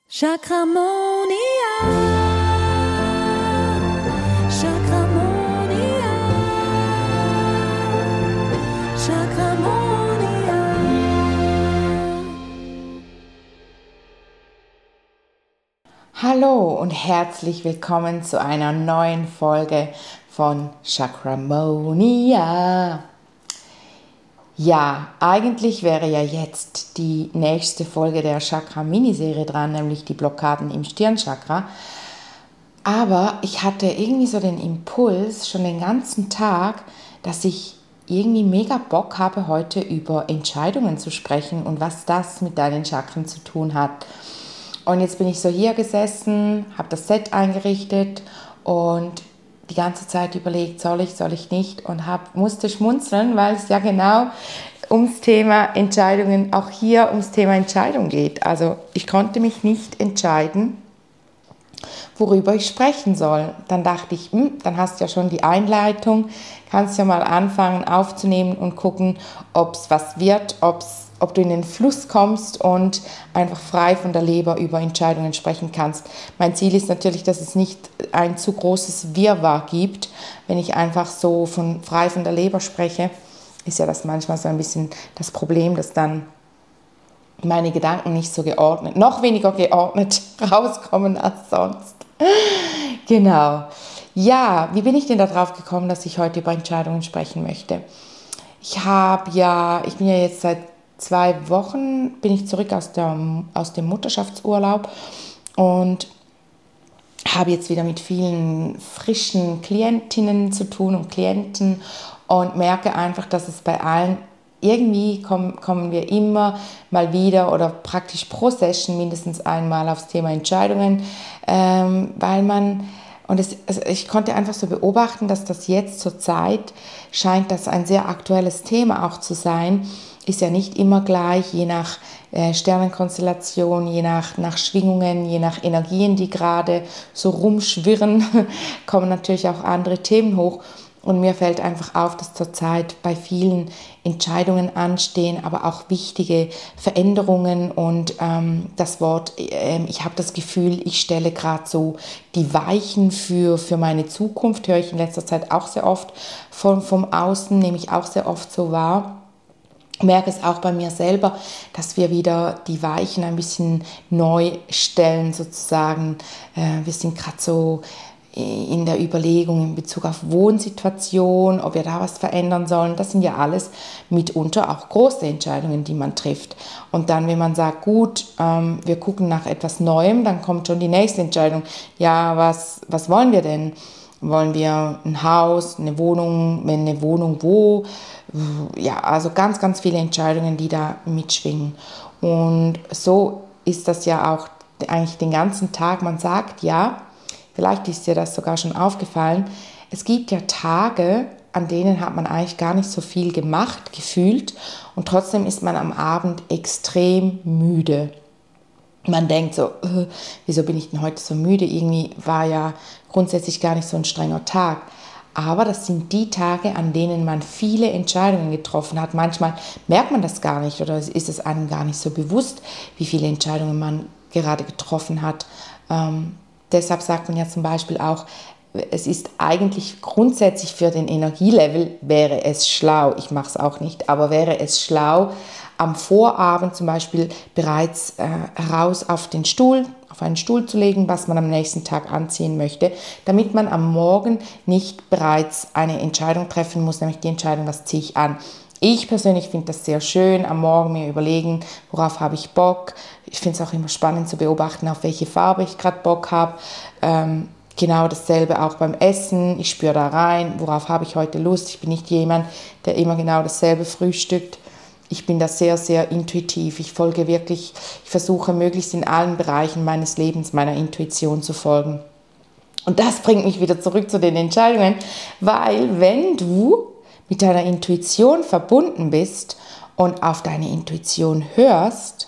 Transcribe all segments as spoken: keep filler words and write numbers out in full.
Chakramonia, Chakramonia, Chakramonia. Hallo und herzlich willkommen zu einer neuen Folge von Chakramonia. Ja, eigentlich wäre ja jetzt die nächste Folge der Chakra-Miniserie dran, nämlich die Blockaden im Stirnchakra. Aber ich hatte irgendwie so den Impuls schon den ganzen Tag, dass ich irgendwie mega Bock habe, heute über Entscheidungen zu sprechen und was das mit deinen Chakren zu tun hat. Und jetzt bin ich so hier gesessen, habe das Set eingerichtet und die ganze Zeit überlegt, soll ich, soll ich nicht, und hab, musste schmunzeln, weil es ja genau ums Thema Entscheidungen, auch hier ums Thema Entscheidung geht. Also ich konnte mich nicht entscheiden, worüber ich sprechen soll. Dann dachte ich, hm, dann hast du ja schon die Einleitung, kannst ja mal anfangen aufzunehmen und gucken, ob es was wird, ob's ob du in den Fluss kommst und einfach frei von der Leber über Entscheidungen sprechen kannst. Mein Ziel ist natürlich, dass es nicht ein zu großes Wirrwarr gibt. Wenn ich einfach so von, frei von der Leber spreche, ist ja das manchmal so ein bisschen das Problem, dass dann meine Gedanken nicht so geordnet, noch weniger geordnet rauskommen als sonst. Genau. Ja, wie bin ich denn darauf gekommen, dass ich heute über Entscheidungen sprechen möchte? Ich habe ja, ich bin ja jetzt seit zwei Wochen bin ich zurück aus, der, aus dem Mutterschaftsurlaub und habe jetzt wieder mit vielen frischen Klientinnen zu tun und Klienten und merke einfach, dass es bei allen irgendwie kommen, kommen wir immer mal wieder oder praktisch pro Session mindestens einmal aufs Thema Entscheidungen, ähm, weil man, und es, also ich konnte einfach so beobachten, dass das jetzt zur Zeit scheint das ein sehr aktuelles Thema auch zu sein. Ist ja nicht immer gleich, je nach äh, Sternenkonstellation, je nach, nach Schwingungen, je nach Energien, die gerade so rumschwirren, kommen natürlich auch andere Themen hoch. Und mir fällt einfach auf, dass zurzeit bei vielen Entscheidungen anstehen, aber auch wichtige Veränderungen. Und ähm, das Wort, äh, ich habe das Gefühl, ich stelle gerade so die Weichen für, für meine Zukunft, höre ich in letzter Zeit auch sehr oft vom, vom Außen, nehme ich auch sehr oft so wahr. Ich merke es auch bei mir selber, dass wir wieder die Weichen ein bisschen neu stellen sozusagen. Wir sind gerade so in der Überlegung in Bezug auf Wohnsituation, ob wir da was verändern sollen. Das sind ja alles mitunter auch große Entscheidungen, die man trifft. Und dann, wenn man sagt, gut, wir gucken nach etwas Neuem, dann kommt schon die nächste Entscheidung. Ja, was, was wollen wir denn? Wollen wir ein Haus, eine Wohnung, wenn eine Wohnung wo? Ja, also ganz, ganz viele Entscheidungen, die da mitschwingen. Und so ist das ja auch eigentlich den ganzen Tag. Man sagt ja, vielleicht ist dir das sogar schon aufgefallen, es gibt ja Tage, an denen hat man eigentlich gar nicht so viel gemacht, gefühlt, und trotzdem ist man am Abend extrem müde. Man denkt so, äh, wieso bin ich denn heute so müde? Irgendwie war ja grundsätzlich gar nicht so ein strenger Tag. Aber das sind die Tage, an denen man viele Entscheidungen getroffen hat. Manchmal merkt man das gar nicht oder ist es einem gar nicht so bewusst, wie viele Entscheidungen man gerade getroffen hat. Ähm, deshalb sagt man ja zum Beispiel auch, es ist eigentlich grundsätzlich für den Energielevel, wäre es schlau, ich mache es auch nicht, aber wäre es schlau, am Vorabend zum Beispiel bereits äh, heraus auf den Stuhl, auf einen Stuhl zu legen, was man am nächsten Tag anziehen möchte, damit man am Morgen nicht bereits eine Entscheidung treffen muss, nämlich die Entscheidung, was ziehe ich an. Ich persönlich finde das sehr schön, am Morgen mir überlegen, worauf habe ich Bock. Ich finde es auch immer spannend zu beobachten, auf welche Farbe ich gerade Bock habe. Ähm, Genau dasselbe auch beim Essen. Ich spüre da rein, worauf habe ich heute Lust. Ich bin nicht jemand, der immer genau dasselbe frühstückt. Ich bin da sehr, sehr intuitiv. Ich folge wirklich, ich versuche möglichst in allen Bereichen meines Lebens meiner Intuition zu folgen. Und das bringt mich wieder zurück zu den Entscheidungen, weil wenn du mit deiner Intuition verbunden bist und auf deine Intuition hörst,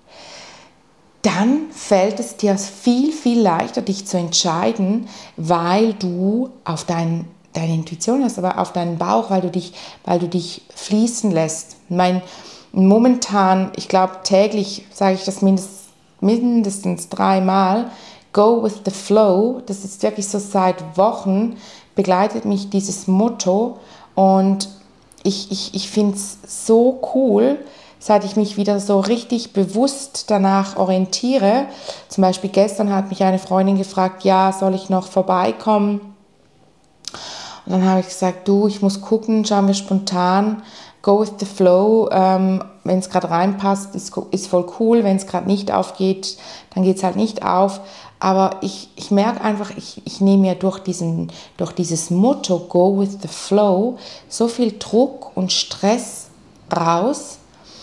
dann fällt es dir viel, viel leichter, dich zu entscheiden, weil du auf dein, deine Intuition hast, aber auf deinen Bauch, weil du dich, weil du dich fließen lässt. Mein, momentan, ich glaube täglich, sage ich das mindestens mindestens dreimal. Go with the flow, das ist wirklich so seit Wochen, begleitet mich dieses Motto und ich, ich, ich finde es so cool, seit ich mich wieder so richtig bewusst danach orientiere. Zum Beispiel gestern hat mich eine Freundin gefragt, ja, soll ich noch vorbeikommen? Und dann habe ich gesagt, du, ich muss gucken, schauen wir spontan, go with the flow, ähm, wenn es gerade reinpasst, ist, ist voll cool, wenn es gerade nicht aufgeht, dann geht es halt nicht auf. Aber ich, ich merke einfach, ich, ich nehme ja durch, diesen, durch dieses Motto Go with the Flow so viel Druck und Stress raus,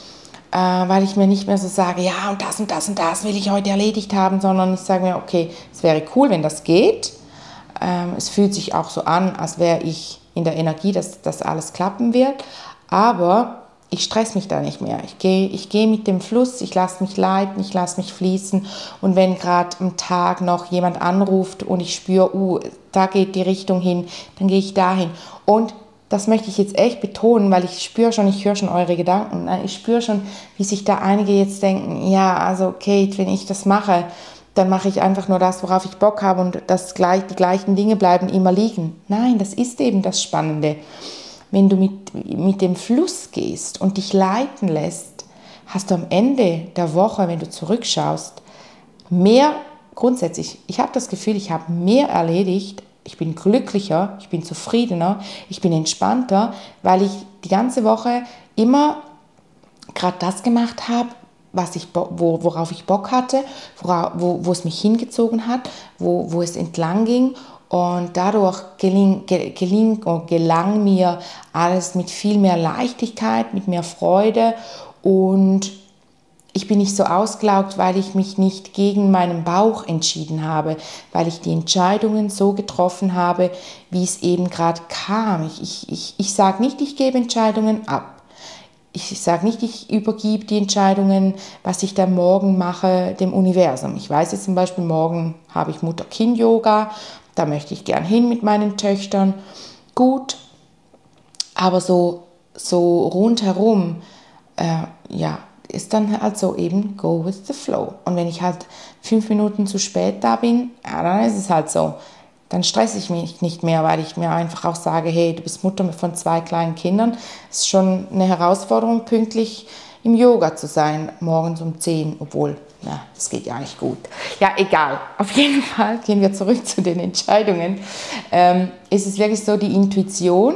äh, weil ich mir nicht mehr so sage, ja und das und das und das will ich heute erledigt haben, sondern ich sage mir, okay, es wäre cool, wenn das geht. Ähm, es fühlt sich auch so an, als wäre ich in der Energie, dass das alles klappen wird, aber ich stress mich da nicht mehr. Ich gehe ich geh mit dem Fluss, ich lasse mich leiten, ich lasse mich fließen. Und wenn gerade am Tag noch jemand anruft und ich spüre, uh, da geht die Richtung hin, dann gehe ich dahin. Und das möchte ich jetzt echt betonen, weil ich spüre schon, ich höre schon eure Gedanken. Ich spüre schon, wie sich da einige jetzt denken, ja, also Kate, wenn ich das mache, dann mache ich einfach nur das, worauf ich Bock habe und das gleich, die gleichen Dinge bleiben immer liegen. Nein, das ist eben das Spannende. Wenn du mit, mit dem Fluss gehst und dich leiten lässt, hast du am Ende der Woche, wenn du zurückschaust, mehr grundsätzlich, ich habe das Gefühl, ich habe mehr erledigt, ich bin glücklicher, ich bin zufriedener, ich bin entspannter, weil ich die ganze Woche immer gerade das gemacht habe, was ich, wo, worauf ich Bock hatte, wora, wo, wo es mich hingezogen hat, wo, wo es entlang ging. Und dadurch geling, geling, gelang mir alles mit viel mehr Leichtigkeit, mit mehr Freude und ich bin nicht so ausgelaugt, weil ich mich nicht gegen meinen Bauch entschieden habe, weil ich die Entscheidungen so getroffen habe, wie es eben gerade kam. Ich, ich, ich, ich sage nicht, ich gebe Entscheidungen ab. Ich sage nicht, ich übergebe die Entscheidungen, was ich da morgen mache, dem Universum. Ich weiß jetzt zum Beispiel, morgen habe ich Mutter-Kind-Yoga. Da möchte ich gern hin mit meinen Töchtern. Gut, aber so, so rundherum, äh, ja, ist dann halt so eben go with the flow. Und wenn ich halt fünf Minuten zu spät da bin, ja, dann ist es halt so. Dann stresse ich mich nicht mehr, weil ich mir einfach auch sage, hey, du bist Mutter von zwei kleinen Kindern. Es ist schon eine Herausforderung, pünktlich im Yoga zu sein, morgens um zehn, obwohl, na, das geht ja nicht gut. Ja, egal. Auf jeden Fall gehen wir zurück zu den Entscheidungen. Ähm, ist es wirklich so, die Intuition,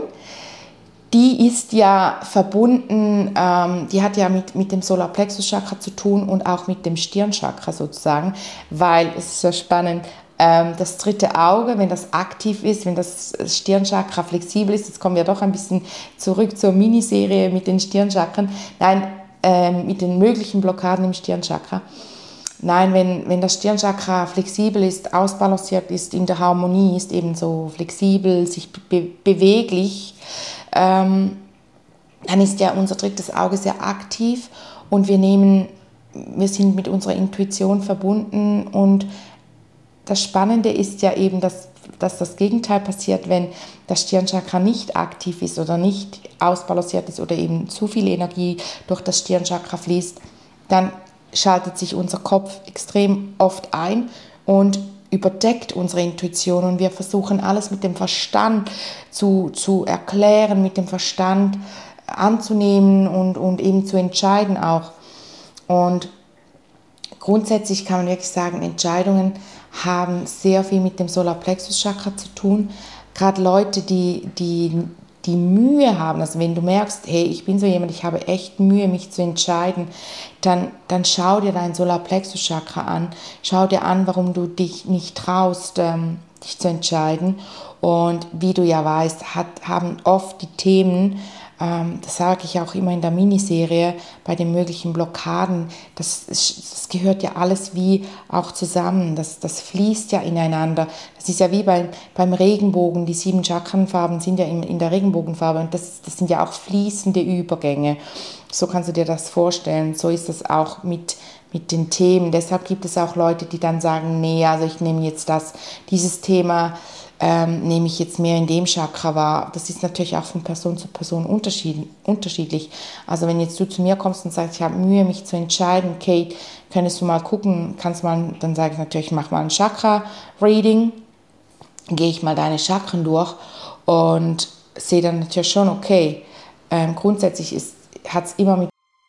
die ist ja verbunden, ähm, die hat ja mit, mit dem Solarplexus-Chakra zu tun und auch mit dem Stirnchakra sozusagen, weil es ist so spannend, ähm, das dritte Auge, wenn das aktiv ist, wenn das Stirnchakra flexibel ist, jetzt kommen wir doch ein bisschen zurück zur Miniserie mit den Stirnchakren, nein, ähm, mit den möglichen Blockaden im Stirnchakra. Nein, wenn, wenn das Stirnchakra flexibel ist, ausbalanciert ist, in der Harmonie ist, eben so flexibel, sich be- beweglich, ähm, dann ist ja unser drittes Auge sehr aktiv und wir nehmen, wir sind mit unserer Intuition verbunden und das Spannende ist ja eben, dass, dass das Gegenteil passiert, wenn das Stirnchakra nicht aktiv ist oder nicht ausbalanciert ist oder eben zu viel Energie durch das Stirnchakra fließt, dann schaltet sich unser Kopf extrem oft ein und überdeckt unsere Intuition und wir versuchen alles mit dem Verstand zu, zu erklären, mit dem Verstand anzunehmen und, und eben zu entscheiden auch. Und grundsätzlich kann man wirklich sagen, Entscheidungen haben sehr viel mit dem Solarplexus-Chakra zu tun. Gerade Leute, die, die, die Mühe haben, also wenn du merkst, hey, ich bin so jemand, ich habe echt Mühe, mich zu entscheiden, dann, dann schau dir dein Solarplexus-Chakra an, schau dir an, warum du dich nicht traust, ähm, dich zu entscheiden. Und wie du ja weißt, hat, haben oft die Themen, ähm, das sage ich auch immer in der Miniserie, bei den möglichen Blockaden, das, das gehört ja alles wie auch zusammen, das, das fließt ja ineinander. Das ist ja wie beim, beim Regenbogen, die sieben Chakrenfarben sind ja in, in der Regenbogenfarbe und das, das sind ja auch fließende Übergänge. So kannst du dir das vorstellen, so ist das auch mit, mit den Themen. Deshalb gibt es auch Leute, die dann sagen, nee, also ich nehme jetzt das, dieses Thema ähm, nehme ich jetzt mehr in dem Chakra wahr. Das ist natürlich auch von Person zu Person unterschied, unterschiedlich. Also wenn jetzt du zu mir kommst und sagst, ich habe Mühe, mich zu entscheiden, Kate, könntest du mal gucken, kannst mal, dann sage ich natürlich, mach mal ein Chakra-Reading, gehe ich mal deine Chakren durch und sehe dann natürlich schon, okay, ähm, grundsätzlich hat es immer mit...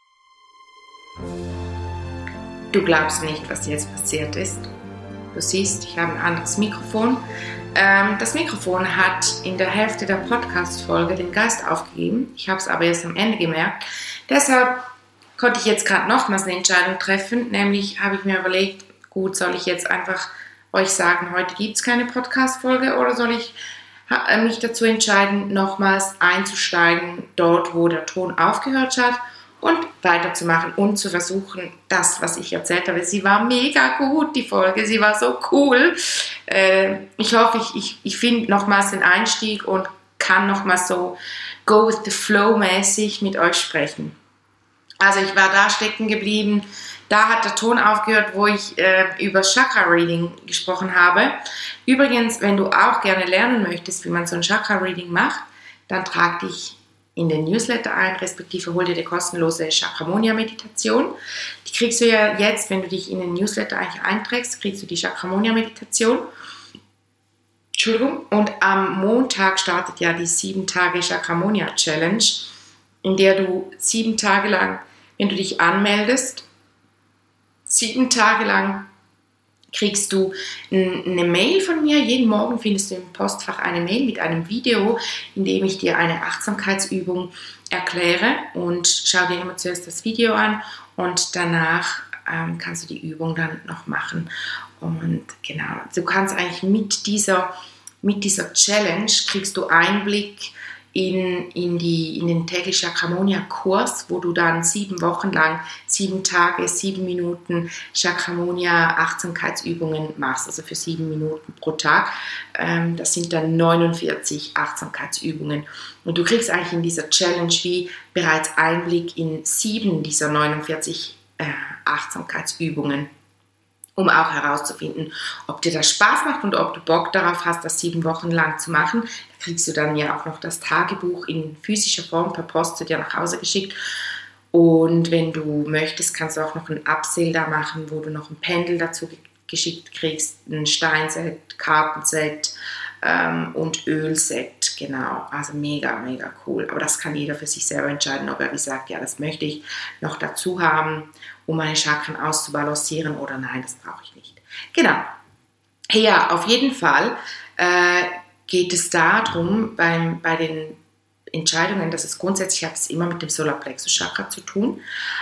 Du glaubst nicht, was jetzt passiert ist. Du siehst, ich habe ein anderes Mikrofon. Ähm, das Mikrofon hat in der Hälfte der Podcast-Folge den Geist aufgegeben. Ich habe es aber erst am Ende gemerkt. Deshalb konnte ich jetzt gerade nochmals eine Entscheidung treffen. Nämlich habe ich mir überlegt, gut, soll ich jetzt einfach euch sagen, heute gibt es keine Podcast-Folge, oder soll ich mich dazu entscheiden, nochmals einzusteigen, dort, wo der Ton aufgehört hat, und weiterzumachen und zu versuchen, das, was ich erzählt habe. Sie war mega gut, die Folge, sie war so cool. Äh, ich hoffe, ich, ich, ich finde nochmals den Einstieg und kann nochmals so go with the flow mäßig mit euch sprechen. Also ich war da stecken geblieben, da hat der Ton aufgehört, wo ich äh, über Chakra-Reading gesprochen habe. Übrigens, wenn du auch gerne lernen möchtest, wie man so ein Chakra-Reading macht, dann trag dich in den Newsletter ein, respektive hol dir die kostenlose Chakramonia-Meditation. Die kriegst du ja jetzt, wenn du dich in den Newsletter eigentlich einträgst, kriegst du die Chakramonia-Meditation. Entschuldigung. Und am Montag startet ja die sieben Tage Chakramonia-Challenge, in der du sieben Tage lang, wenn du dich anmeldest, sieben Tage lang kriegst du eine Mail von mir. Jeden Morgen findest du im Postfach eine Mail mit einem Video, in dem ich dir eine Achtsamkeitsübung erkläre, und schau dir immer zuerst das Video an und danach ähm, kannst du die Übung dann noch machen. Und genau, du kannst eigentlich mit dieser, mit dieser Challenge kriegst du Einblick in, in, die, in den täglichen Chakramonia-Kurs, wo du dann sieben Wochen lang, sieben Tage, sieben Minuten Chakramonia-Achtsamkeitsübungen machst, also für sieben Minuten pro Tag. Ähm, das sind dann neunundvierzig Achtsamkeitsübungen. Und du kriegst eigentlich in dieser Challenge wie bereits Einblick in sieben dieser neunundvierzig äh, Achtsamkeitsübungen, um auch herauszufinden, ob dir das Spaß macht und ob du Bock darauf hast, das sieben Wochen lang zu machen. Da kriegst du dann ja auch noch das Tagebuch in physischer Form per Post zu dir nach Hause geschickt. Und wenn du möchtest, kannst du auch noch ein Upsell da machen, wo du noch ein Pendel dazu geschickt kriegst, ein Steinset, Kartenset ähm, und Ölset. Genau, also mega, mega cool. Aber das kann jeder für sich selber entscheiden, ob er sagt, ja, das möchte ich noch dazu haben, um meine Chakren auszubalancieren, oder nein, das brauche ich nicht. Genau. Ja, auf jeden Fall äh, geht es darum, beim, bei den Entscheidungen, dass es grundsätzlich hat es immer mit dem Solarplexus-Chakra zu tun.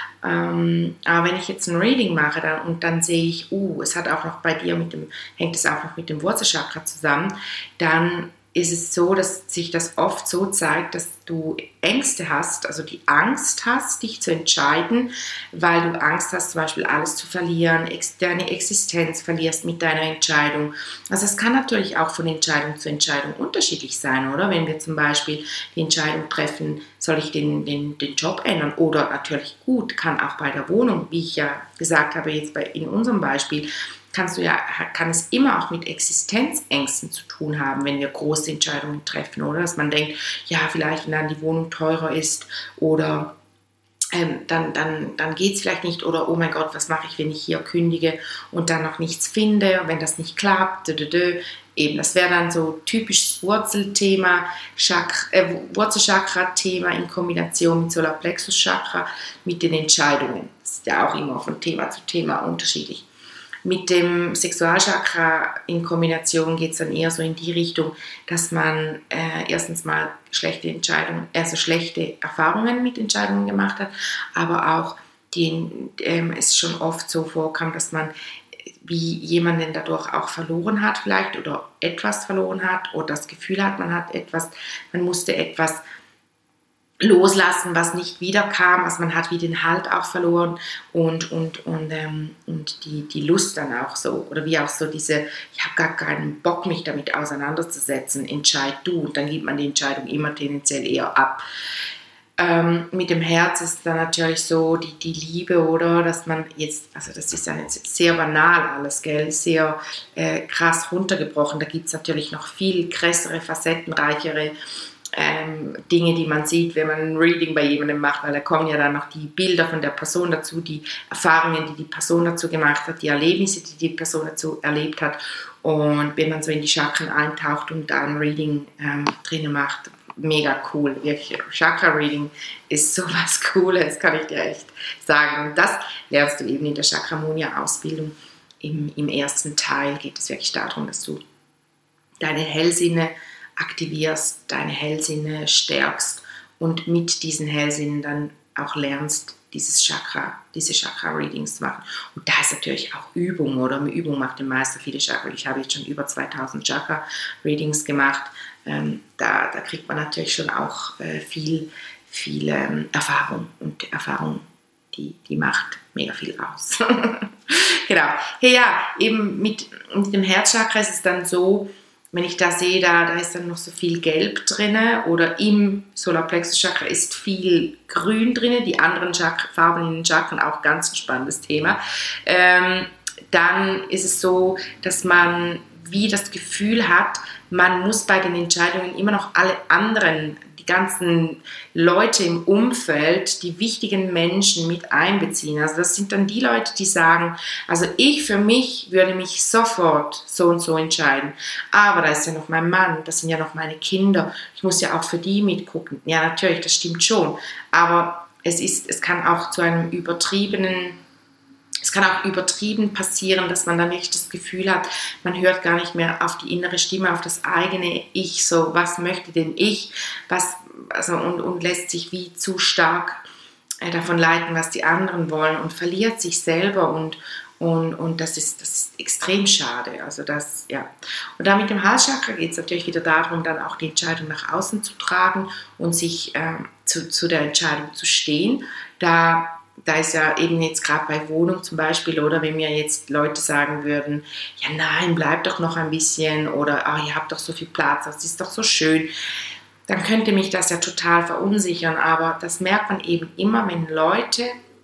Ähm, aber wenn ich jetzt ein Reading mache dann, und dann sehe ich, uh, es hat auch noch bei dir mit dem, hängt es auch noch mit dem Wurzelchakra zusammen, dann ist es so, dass sich das oft so zeigt, dass du Ängste hast, also die Angst hast, dich zu entscheiden, weil du Angst hast, zum Beispiel alles zu verlieren, deine Existenz verlierst mit deiner Entscheidung. Also es kann natürlich auch von Entscheidung zu Entscheidung unterschiedlich sein, oder? Wenn wir zum Beispiel die Entscheidung treffen, soll ich den, den, den Job ändern, oder natürlich gut, kann auch bei der Wohnung, wie ich ja gesagt habe jetzt bei, in unserem Beispiel, kannst du ja, kann es immer auch mit Existenzängsten zu tun haben, wenn wir große Entscheidungen treffen, oder? Dass man denkt, ja, vielleicht wenn dann die Wohnung teurer ist, oder ähm, dann, dann, dann geht es vielleicht nicht, oder oh mein Gott, was mache ich, wenn ich hier kündige und dann noch nichts finde, und wenn das nicht klappt, dö, dö, dö. Eben, das wäre dann so typisches Wurzelthema, Chakra, äh, Wurzelchakra-Thema in Kombination mit Solarplexus-Chakra, mit den Entscheidungen. Das ist ja auch immer von Thema zu Thema unterschiedlich. Mit dem Sexualchakra in Kombination geht es dann eher so in die Richtung, dass man äh, erstens mal schlechte Entscheidungen, also schlechte Erfahrungen mit Entscheidungen gemacht hat, aber auch die, ähm, es schon oft so vorkam, dass man wie jemanden dadurch auch verloren hat vielleicht, oder etwas verloren hat, oder das Gefühl hat, man hat etwas, man musste etwas loslassen, was nicht wiederkam, also man hat wie den Halt auch verloren, und, und, und, ähm, und die, die Lust dann auch so, oder wie auch so diese, ich habe gar keinen Bock, mich damit auseinanderzusetzen, entscheid du, und dann gibt man die Entscheidung immer tendenziell eher ab. Ähm, mit dem Herz ist dann natürlich so die, die Liebe, oder? Dass man jetzt, also das ist ja jetzt sehr banal alles, gell? Sehr äh, krass runtergebrochen. Da gibt es natürlich noch viel krassere, facettenreichere ähm, Dinge, die man sieht, wenn man ein Reading bei jemandem macht, weil da kommen ja dann noch die Bilder von der Person dazu, die Erfahrungen, die die Person dazu gemacht hat, die Erlebnisse, die die Person dazu erlebt hat. Und wenn man so in die Chakren eintaucht und da ein Reading ähm, drinnen macht, mega cool, wirklich. Chakra-Reading ist sowas Cooles, kann ich dir echt sagen. Und das lernst du eben in der Chakramonia-Ausbildung. Im, Im ersten Teil geht es wirklich darum, dass du deine Hellsinne aktivierst, deine Hellsinne stärkst und mit diesen Hellsinnen dann auch lernst, dieses Chakra, diese Chakra-Readings zu machen. Und da ist natürlich auch Übung, oder? Mit Übung macht der Meister viele Chakra. Ich habe jetzt schon über zweitausend Chakra-Readings gemacht. Ähm, da, da kriegt man natürlich schon auch äh, viel, viel ähm, Erfahrung. Und Erfahrung, die, die macht mega viel aus. Genau. Hey, ja, eben mit, mit dem Herzchakra ist es dann so, wenn ich da sehe, da, da ist dann noch so viel Gelb drin, oder im Solarplexus-Chakra ist viel Grün drin, die anderen Chakra, Farben in den Chakren, auch ganz ein spannendes Thema. Ähm, dann ist es so, dass man wie das Gefühl hat, man muss bei den Entscheidungen immer noch alle anderen, die ganzen Leute im Umfeld, die wichtigen Menschen mit einbeziehen. Also das sind dann die Leute, die sagen, also ich für mich würde mich sofort so und so entscheiden, aber da ist ja noch mein Mann, das sind ja noch meine Kinder, ich muss ja auch für die mitgucken. Ja, natürlich, das stimmt schon, aber es ist, es kann auch zu einem übertriebenen Es kann auch übertrieben passieren, dass man dann echt das Gefühl hat, man hört gar nicht mehr auf die innere Stimme, auf das eigene Ich, so was möchte denn ich, was, also, und, und lässt sich wie zu stark äh, davon leiten, was die anderen wollen, und verliert sich selber, und, und, und das, ist, das ist extrem schade. Also das, ja. Und da mit dem Halschakra geht es natürlich wieder darum, dann auch die Entscheidung nach außen zu tragen und sich äh, zu, zu der Entscheidung zu stehen. Da Da ist ja eben jetzt gerade bei Wohnung zum Beispiel, oder wenn mir jetzt Leute sagen würden, ja nein, bleib doch noch ein bisschen, oder ah, ihr habt doch so viel Platz, das ist doch so schön, dann könnte mich das ja total verunsichern. Aber das merkt man eben immer, wenn Leute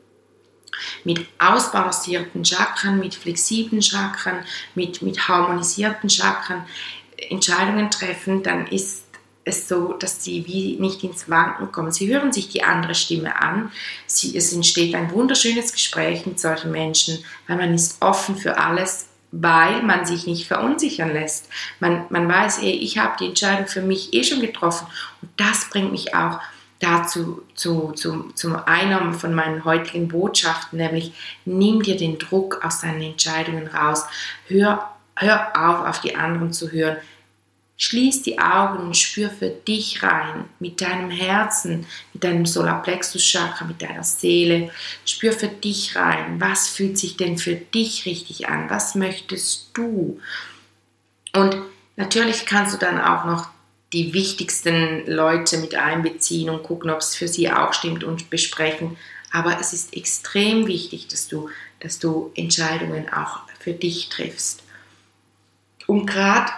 mit ausbalancierten Chakren, mit flexiblen Chakren, mit, mit harmonisierten Chakren Entscheidungen treffen, dann ist es so, dass sie wie nicht ins Wanken kommen. Sie hören sich die andere Stimme an. Sie, es entsteht ein wunderschönes Gespräch mit solchen Menschen, weil man ist offen für alles, weil man sich nicht verunsichern lässt. Man, man weiß, ey, ich habe die Entscheidung für mich eh schon getroffen. Und das bringt mich auch dazu, zu, zu, zum einer von meinen heutigen Botschaften, nämlich nimm dir den Druck aus deinen Entscheidungen raus. Hör, hör auf, auf die anderen zu hören. Schließ die Augen und spür für dich rein, mit deinem Herzen, mit deinem Solarplexus-Chakra, mit deiner Seele. Spür für dich rein, was fühlt sich denn für dich richtig an, was möchtest du? Und natürlich kannst du dann auch noch die wichtigsten Leute mit einbeziehen und gucken, ob es für sie auch stimmt, und besprechen. Aber es ist extrem wichtig, dass du, dass du Entscheidungen auch für dich triffst. Und gerade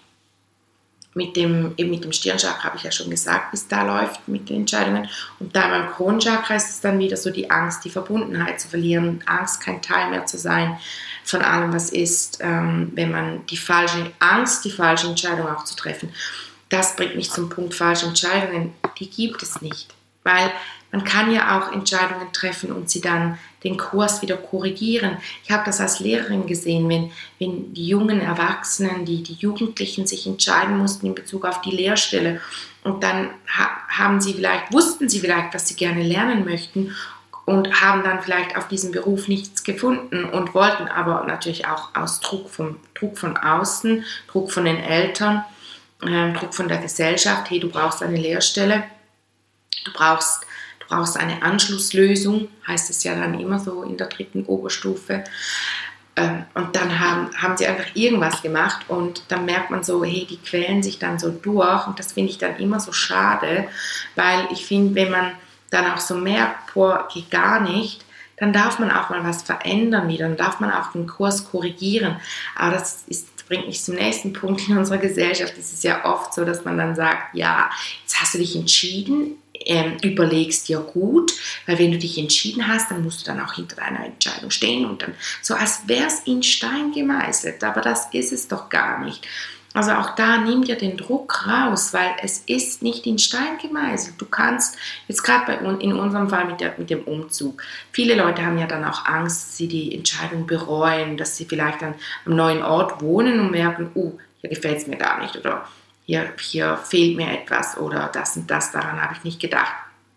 Mit dem, eben mit dem Stirnchakra habe ich ja schon gesagt, wie es da läuft mit den Entscheidungen. Und da beim Kronenchakra ist es dann wieder so die Angst, die Verbundenheit zu verlieren, Angst, kein Teil mehr zu sein von allem, was ist, ähm, wenn man die falsche Angst, die falsche Entscheidung auch zu treffen. Das bringt mich zum Punkt falsche Entscheidungen. Die gibt es nicht, weil man kann ja auch Entscheidungen treffen und sie dann den Kurs wieder korrigieren. Ich habe das als Lehrerin gesehen, wenn, wenn die jungen Erwachsenen, die, die Jugendlichen sich entscheiden mussten in Bezug auf die Lehrstelle, und dann ha- haben sie vielleicht, wussten sie vielleicht, was sie gerne lernen möchten, und haben dann vielleicht auf diesem Beruf nichts gefunden und wollten aber natürlich auch aus Druck, vom, Druck von außen, Druck von den Eltern, äh, Druck von der Gesellschaft, hey, du brauchst eine Lehrstelle, du brauchst Du brauchst eine Anschlusslösung, heißt es ja dann immer so in der dritten Oberstufe. Und dann haben, haben sie einfach irgendwas gemacht, und dann merkt man so, hey, die quälen sich dann so durch, und das finde ich dann immer so schade, weil ich finde, wenn man dann auch so merkt, boah, geht gar nicht, dann darf man auch mal was verändern wieder, dann darf man auch den Kurs korrigieren. Aber das ist, bringt mich zum nächsten Punkt in unserer Gesellschaft. Es ist ja oft so, dass man dann sagt, ja, jetzt hast du dich entschieden, ähm, überlegst dir gut, weil wenn du dich entschieden hast, dann musst du dann auch hinter deiner Entscheidung stehen und dann so, als wäre es in Stein gemeißelt, aber das ist es doch gar nicht. Also auch da nimm dir den Druck raus, weil es ist nicht in Stein gemeißelt. Du kannst, jetzt gerade bei uns, in unserem Fall mit, der, mit dem Umzug, viele Leute haben ja dann auch Angst, dass sie die Entscheidung bereuen, dass sie vielleicht dann am neuen Ort wohnen und merken, uh, hier gefällt es mir gar nicht oder hier, hier fehlt mir etwas oder das und das, daran habe ich nicht gedacht.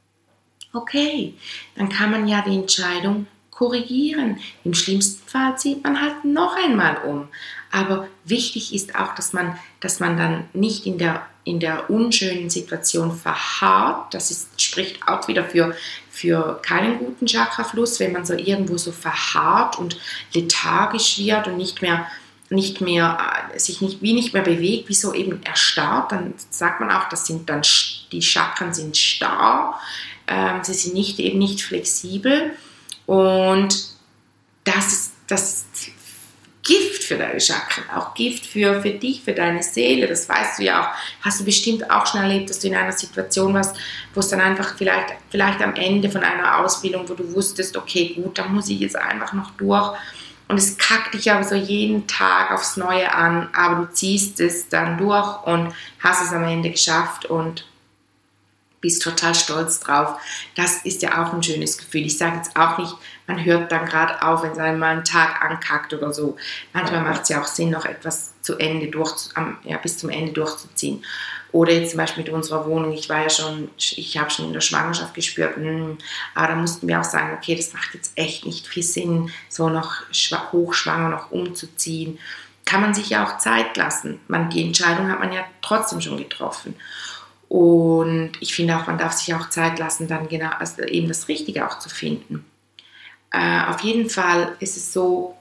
Okay, dann kann man ja die Entscheidung korrigieren. Im schlimmsten Fall zieht man halt noch einmal um. Aber wichtig ist auch, dass man, dass man dann nicht in der, in der unschönen Situation verharrt. Das ist, spricht auch wieder für, für keinen guten Chakrafluss, wenn man so irgendwo so verharrt und lethargisch wird und nicht mehr, nicht mehr sich nicht, wie nicht mehr bewegt, wie so eben erstarrt. Dann sagt man auch, das sind dann, die Chakren sind starr, ähm, sie sind nicht, eben nicht flexibel. Und das ist, das ist Gift für deine Chakren, auch Gift für, für dich, für deine Seele, das weißt du ja auch, hast du bestimmt auch schon erlebt, dass du in einer Situation warst, wo es dann einfach vielleicht, vielleicht am Ende von einer Ausbildung, wo du wusstest, okay, gut, da muss ich jetzt einfach noch durch und es kackt dich aber so jeden Tag aufs Neue an, aber du ziehst es dann durch und hast es am Ende geschafft und bist total stolz drauf. Das ist ja auch ein schönes Gefühl. Ich sage jetzt auch nicht, man hört dann gerade auf, wenn es einem mal einen Tag ankackt oder so. Manchmal macht es ja auch Sinn, noch etwas zu Ende durch, ja, bis zum Ende durchzuziehen. Oder jetzt zum Beispiel mit unserer Wohnung. Ich war ja schon, ich habe schon in der Schwangerschaft gespürt, mh, aber da mussten wir auch sagen, okay, das macht jetzt echt nicht viel Sinn, so noch hochschwanger noch umzuziehen. Kann man sich ja auch Zeit lassen. Man, die Entscheidung hat man ja trotzdem schon getroffen. Und ich finde auch, man darf sich auch Zeit lassen, dann genau also eben das Richtige auch zu finden. Äh, auf jeden Fall ist es so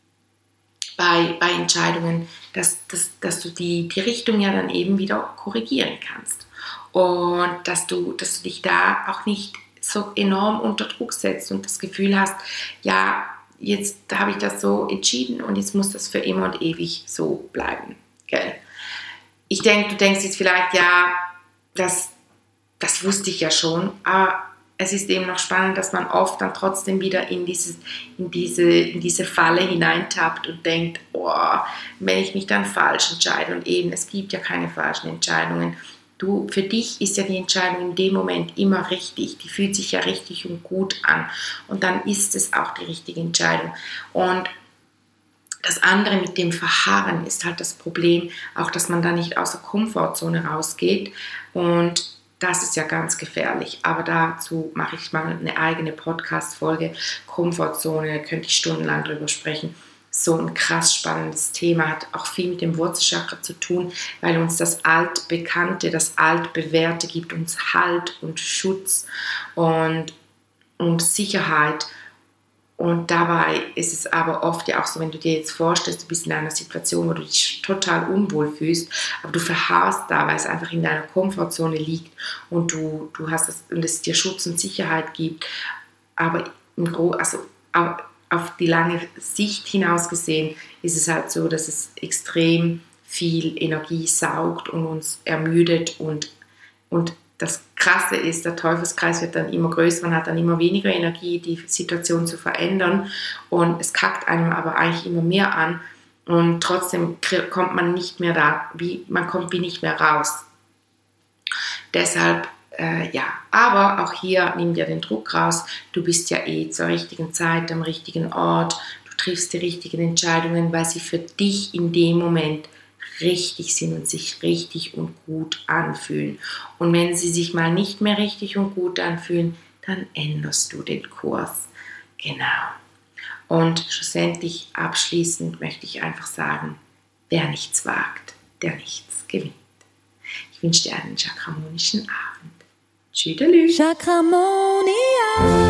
bei, bei Entscheidungen, dass, dass, dass du die, die Richtung ja dann eben wieder korrigieren kannst. Und dass du, dass du dich da auch nicht so enorm unter Druck setzt und das Gefühl hast, ja, jetzt habe ich das so entschieden und jetzt muss das für immer und ewig so bleiben. Gell? Ich denke, du denkst jetzt vielleicht, ja, Das, das wusste ich ja schon, aber es ist eben noch spannend, dass man oft dann trotzdem wieder in, dieses, in, diese, in diese Falle hineintappt und denkt, oh, wenn ich mich dann falsch entscheide und eben, es gibt ja keine falschen Entscheidungen. Du, für dich ist ja die Entscheidung in dem Moment immer richtig, die fühlt sich ja richtig und gut an und dann ist es auch die richtige Entscheidung. Und das andere mit dem Verharren ist halt das Problem, auch dass man da nicht aus der Komfortzone rausgeht und das ist ja ganz gefährlich, aber dazu mache ich mal eine eigene Podcast-Folge, Komfortzone, da könnte ich stundenlang drüber sprechen. So ein krass spannendes Thema, hat auch viel mit dem Wurzelchakra zu tun, weil uns das Altbekannte, das Altbewährte gibt uns Halt und Schutz und, und Sicherheit. Und dabei ist es aber oft ja auch so, wenn du dir jetzt vorstellst, du bist in einer Situation, wo du dich total unwohl fühlst, aber du verharrst da, weil es einfach in deiner Komfortzone liegt und du, du hast es, und es dir Schutz und Sicherheit gibt, aber im Gro- also auf die lange Sicht hinaus gesehen ist es halt so, dass es extrem viel Energie saugt und uns ermüdet und, und das Krasse ist, der Teufelskreis wird dann immer größer, man hat dann immer weniger Energie, die Situation zu verändern und es kackt einem aber eigentlich immer mehr an und trotzdem kommt man nicht mehr da, wie, man kommt wie nicht mehr raus. Deshalb, äh, ja, aber auch hier nimm dir den Druck raus, du bist ja eh zur richtigen Zeit am richtigen Ort, du triffst die richtigen Entscheidungen, weil sie für dich in dem Moment richtig sind und sich richtig und gut anfühlen. Und wenn sie sich mal nicht mehr richtig und gut anfühlen, dann änderst du den Kurs. Genau. Und schlussendlich abschließend möchte ich einfach sagen, wer nichts wagt, der nichts gewinnt. Ich wünsche dir einen chakramonischen Abend. Tschüdelü. Chakramonia.